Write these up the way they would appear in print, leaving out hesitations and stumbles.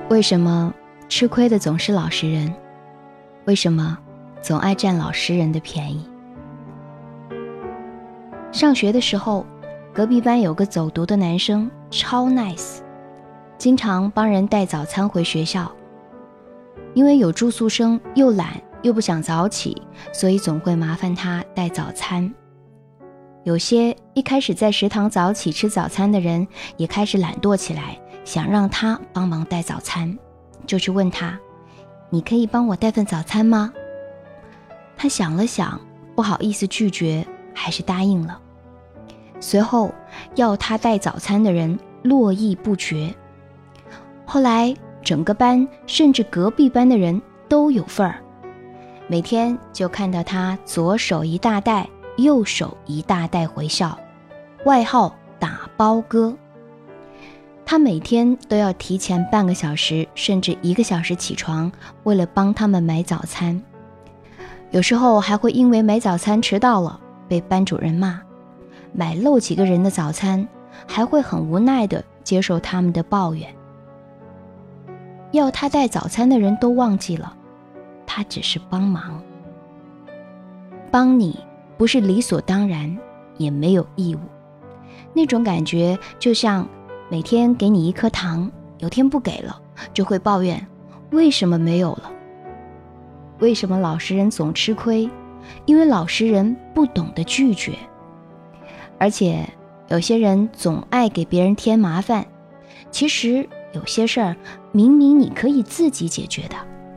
为什么吃亏的总是老实人？为什么总爱占老实人的便宜？上学的时候，隔壁班有个走读的男生，超 nice， 经常帮人带早餐回学校。因为有住宿生又懒又不想早起，所以总会麻烦他带早餐。有些一开始在食堂早起吃早餐的人也开始懒惰起来，想让他帮忙带早餐，就去问他，你可以帮我带份早餐吗？他想了想，不好意思拒绝，还是答应了。随后要他带早餐的人络绎不绝，后来整个班甚至隔壁班的人都有份儿，每天就看到他左手一大袋，右手一大袋回校，外号打包哥。他每天都要提前半个小时甚至1个小时起床，为了帮他们买早餐。有时候还会因为买早餐迟到了被班主任骂，买漏几个人的早餐，还会很无奈地接受他们的抱怨。要他带早餐的人都忘记了，他只是帮忙。帮你不是理所当然，也没有义务。那种感觉就像每天给你1颗糖，有天不给了，就会抱怨为什么没有了。为什么老实人总吃亏？因为老实人不懂得拒绝。而且有些人总爱给别人添麻烦，其实有些事儿明明你可以自己解决的。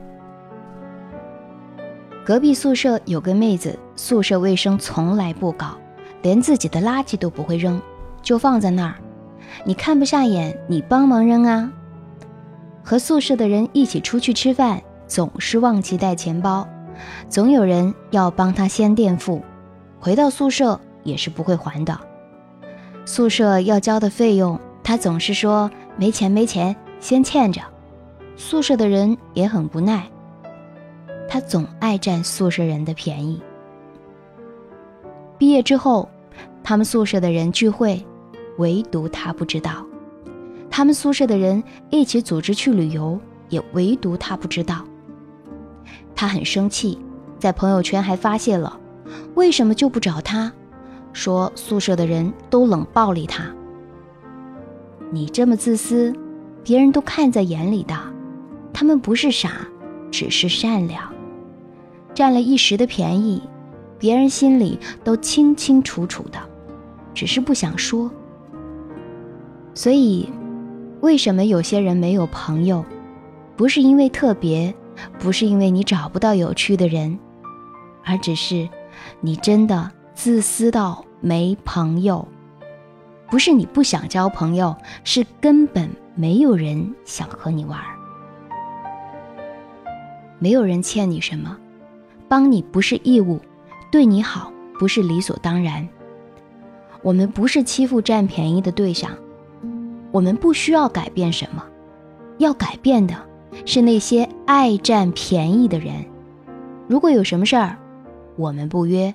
隔壁宿舍有个妹子，宿舍卫生从来不搞，连自己的垃圾都不会扔，就放在那儿。你看不下眼，你帮忙扔啊。和宿舍的人一起出去吃饭，总是忘记带钱包，总有人要帮他先垫付，回到宿舍也是不会还的。宿舍要交的费用，他总是说没钱，先欠着。宿舍的人也很无奈，他总爱占宿舍人的便宜。毕业之后，他们宿舍的人聚会，唯独他不知道。他们宿舍的人一起组织去旅游，也唯独他不知道。他很生气，在朋友圈还发泄了，为什么就不找他？说宿舍的人都冷暴力他。你这么自私，别人都看在眼里的，他们不是傻，只是善良。占了一时的便宜，别人心里都清清楚楚的，只是不想说。所以为什么有些人没有朋友？不是因为特别，不是因为你找不到有趣的人，而只是你真的自私到没朋友。不是你不想交朋友，是根本没有人想和你玩。没有人欠你什么，帮你不是义务，对你好不是理所当然。我们不是欺负占便宜的对象，我们不需要改变什么，要改变的是那些爱占便宜的人。如果有什么事儿，我们不约。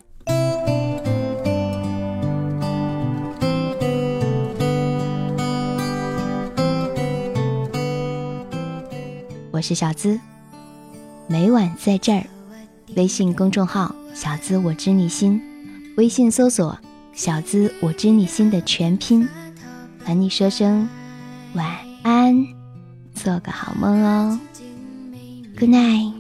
我是小资，每晚在这儿。微信公众号小资我知你心，微信搜索小资我知你心的全拼，和你说声晚安，做个好梦哦。 Good night。